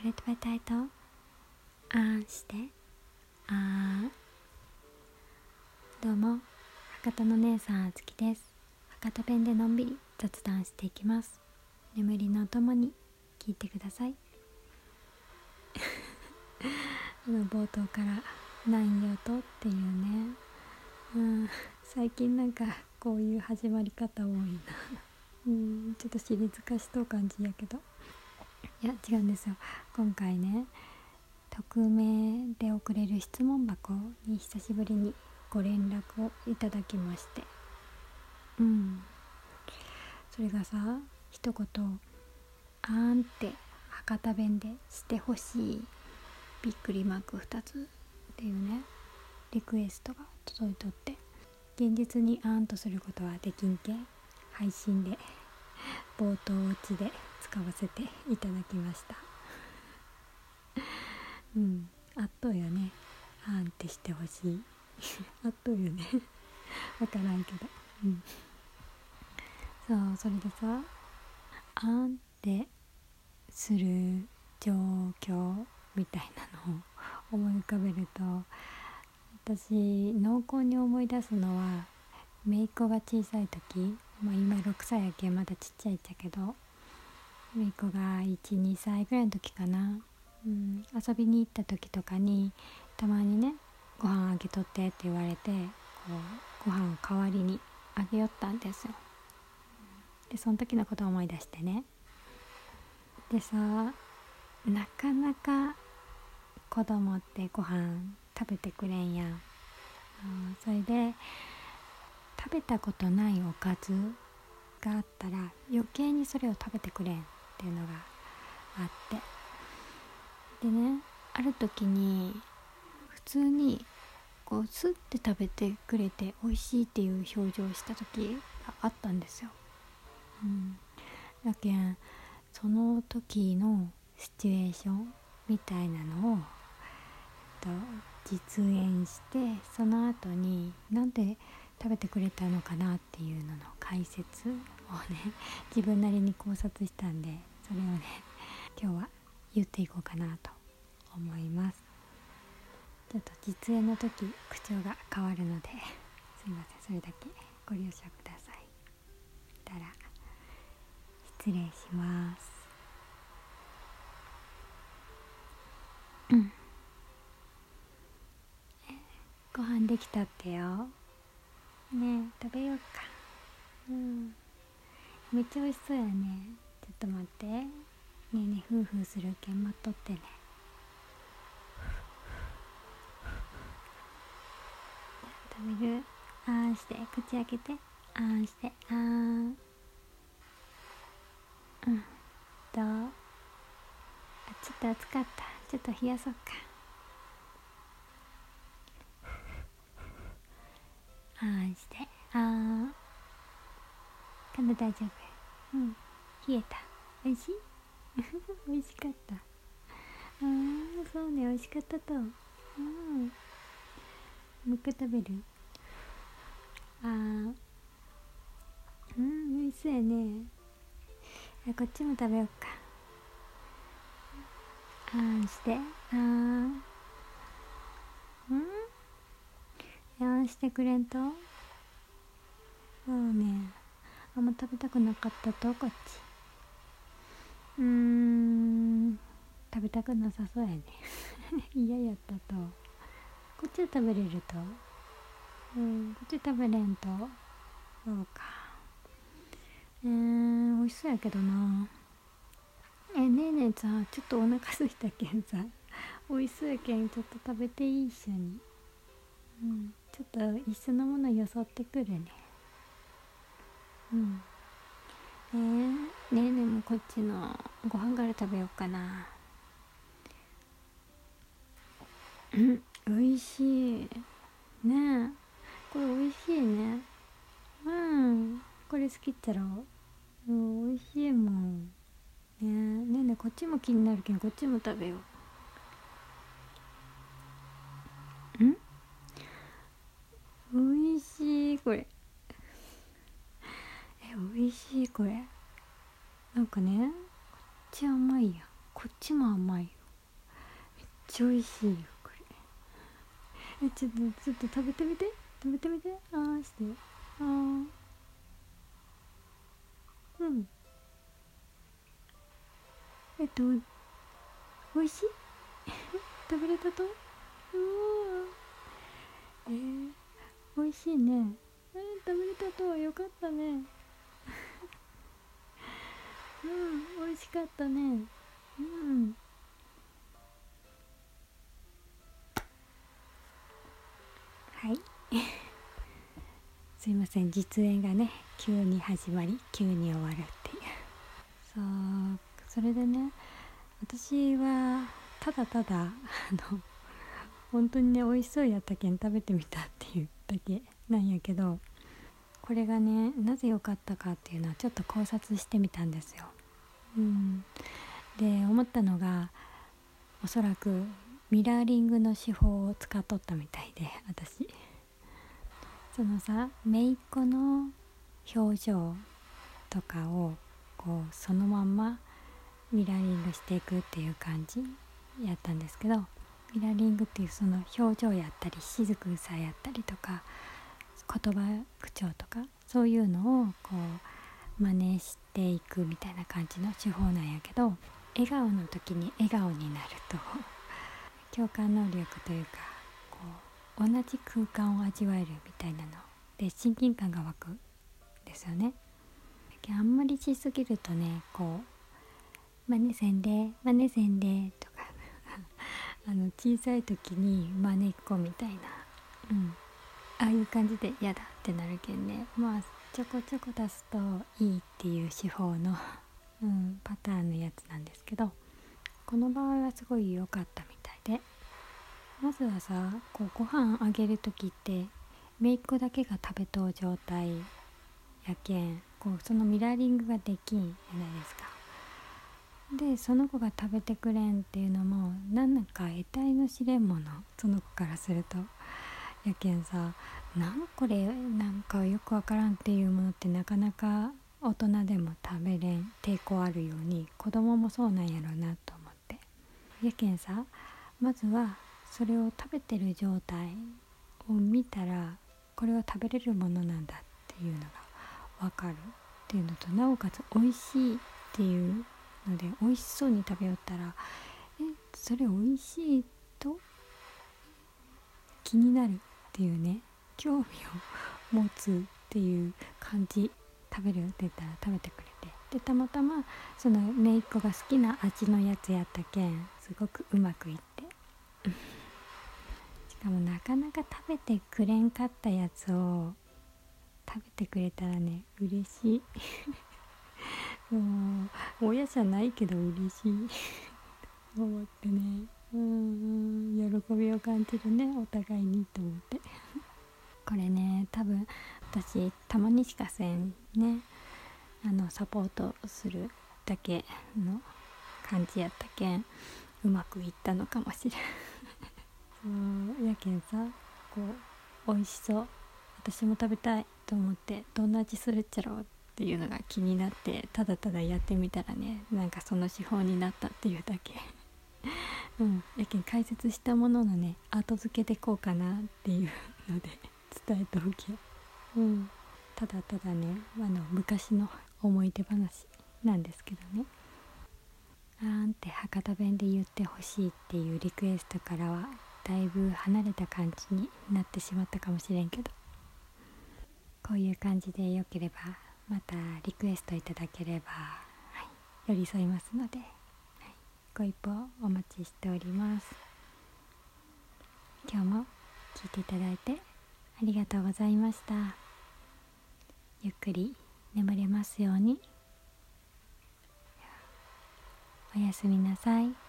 れ食べたいとあんしてあん。どうも、博多の姉さんあつきです。博多弁でのんびり雑談していきます。眠りのおともに聞いてください。冒頭から何よとっていうね、最近なんかこういう始まり方多いなちょっとシリーズ化しとう感じやけど、いや違うんですよ。今回ね、匿名で送れる質問箱に久しぶりにご連絡をいただきまして、それがさ、一言あーんって博多弁でしてほしいびっくりマーク2つっていうね、リクエストが届いとって、現実にあーんとすることはできんけ、配信で冒頭打ちで使わせていただきました。あっとうよね、あーんってしてほしいあっとうよねわからんけど、そうそれでさ、あーんってする状況みたいなのを思い浮かべると、私濃厚に思い出すのは、姪っ子が小さい時、今6歳やけんまだちっちゃいっちゃけど、姪っ子が 1,2 歳ぐらいの時かな、遊びに行った時とかにたまにね、ご飯あげとってって言われて、ご飯を代わりにあげよったんですよ。でその時のことを思い出してね、でさ、なかなか子供ってご飯食べてくれんやん。それで食べたことないおかずがあったら余計にそれを食べてくれんっていうのがあって、でね、ある時に普通にスッて食べてくれて美味しいっていう表情をした時があったんですよ。だけんその時のシチュエーションみたいなのを実演して、その後になんで食べてくれたのかなっていうのの解説をね、自分なりに考察したんで、それをね今日は言っていこうかなと思います。ちょっと実演の時口調が変わるので、すいません、それだけご了承ください。たら失礼します。ご飯できたってよ。ねえ食べようか。めっちゃ美味しそうやね。ちょっと待って、ねえねえ、フーフーするけん待っとってね。食べる。あーんして、口開けて、あーんして、あーん。どう？ちょっと暑かった、ちょっと冷やそうか。あーんして、あーん。体大丈夫？冷えた？おいしい？美味しかった。そうね、美味しかったと。もう一回食べる？美味しそうやね。こっちも食べようか。あーんして、あーん。あーんしてくれんと。そうね、あんま食べたくなかったと、こっち。食べたくなさそうやね嫌やったと。こっちは食べれると。こっち食べれんと。そうか。美味しそうやけどな。ねえねえさ、ちょっとお腹空いたけんさ、美味しそうやけんちょっと食べていい？一緒に。ちょっと一緒のものよそってくるね。ねえねえねえもこっちのご飯から食べようかな。美味しいね。えこれ美味しいね。これ好きっちゃろ。美味しいもんね。えねえねえ、こっちも気になるけんこっちも食べよう。美味しいこれ。美味しいこれ。なんかね、こっち甘いやん、こっちも甘いよ。 ちゃ美味しいよこれ。ちょっと食べてみて、あーして、あー、うん、美味しい。食べれたと、うわ美味しいね。食べれたと、よかったね。美味しかったね。うん。はい。すいません、実演がね急に始まり急に終わるっていう。そう、それでね、私はただただ本当にね美味しそうやったけん食べてみたっていうだけなんやけど、これがねなぜ良かったかっていうのはちょっと考察してみたんですよ。うん、で思ったのが、おそらくミラーリングの手法を使っとったみたいで、私そのさ、姪っ子の表情とかをこうそのまんまミラーリングしていくっていう感じやったんですけど、ミラーリングっていうその表情やったり静くさやったりとか言葉口調とかそういうのをこう真似していくみたいな感じの手法なんやけど、笑顔の時に笑顔になると共感能力というか、こう同じ空間を味わえるみたいなので親近感が湧くんですよね。あんまりしすぎるとね、こう真似せんでとか小さい時に真似っこみたいな、ああいう感じで嫌だってなるけんね、まあちょこちょこ出すといいっていう手法の、パターンのやつなんですけど、この場合はすごい良かったみたいで、まずはさ、こうご飯あげる時って姪っ子だけが食べとう状態やけん、こうそのミラーリングができんじゃないですか。でその子が食べてくれんっていうのもなんか得体の知れんもの、その子からすると。やけんさ、これなんかよくわからんっていうものってなかなか大人でも食べれん、抵抗あるように子供もそうなんやろうなと思って。やけんさ、まずはそれを食べてる状態を見たら、これは食べれるものなんだっていうのがわかるっていうのと、なおかつ美味しいっていうので美味しそうに食べよったら、それ美味しいと気になるっていうね、興味を持つっていう感じ。食べるって言ったら食べてくれて、でたまたまその姪っ子が好きな味のやつやったけんすごくうまくいってしかもなかなか食べてくれんかったやつを食べてくれたらね嬉しい。もう親じゃないけど嬉しい思ってね、喜びを感じるね、お互いにと思って。これね、多分私たまにしかせんね、サポートするだけの感じやったけんうまくいったのかもしれん。そうやけんさ、こう美味しそう、私も食べたいと思って、どんな味するっちゃろうっていうのが気になって、ただただやってみたらね、なんかその手法になったっていうだけ。やけん解説したもののね後付けでこうかなっていうので伝えておけ。ただただね、昔の思い出話なんですけどね。って博多弁で言ってほしいっていうリクエストからはだいぶ離れた感じになってしまったかもしれんけど、こういう感じでよければまたリクエストいただければ、寄り添いますので、ご一報お待ちしております。今日も聞いていただいてありがとうございました。ゆっくり眠れますように。おやすみなさい。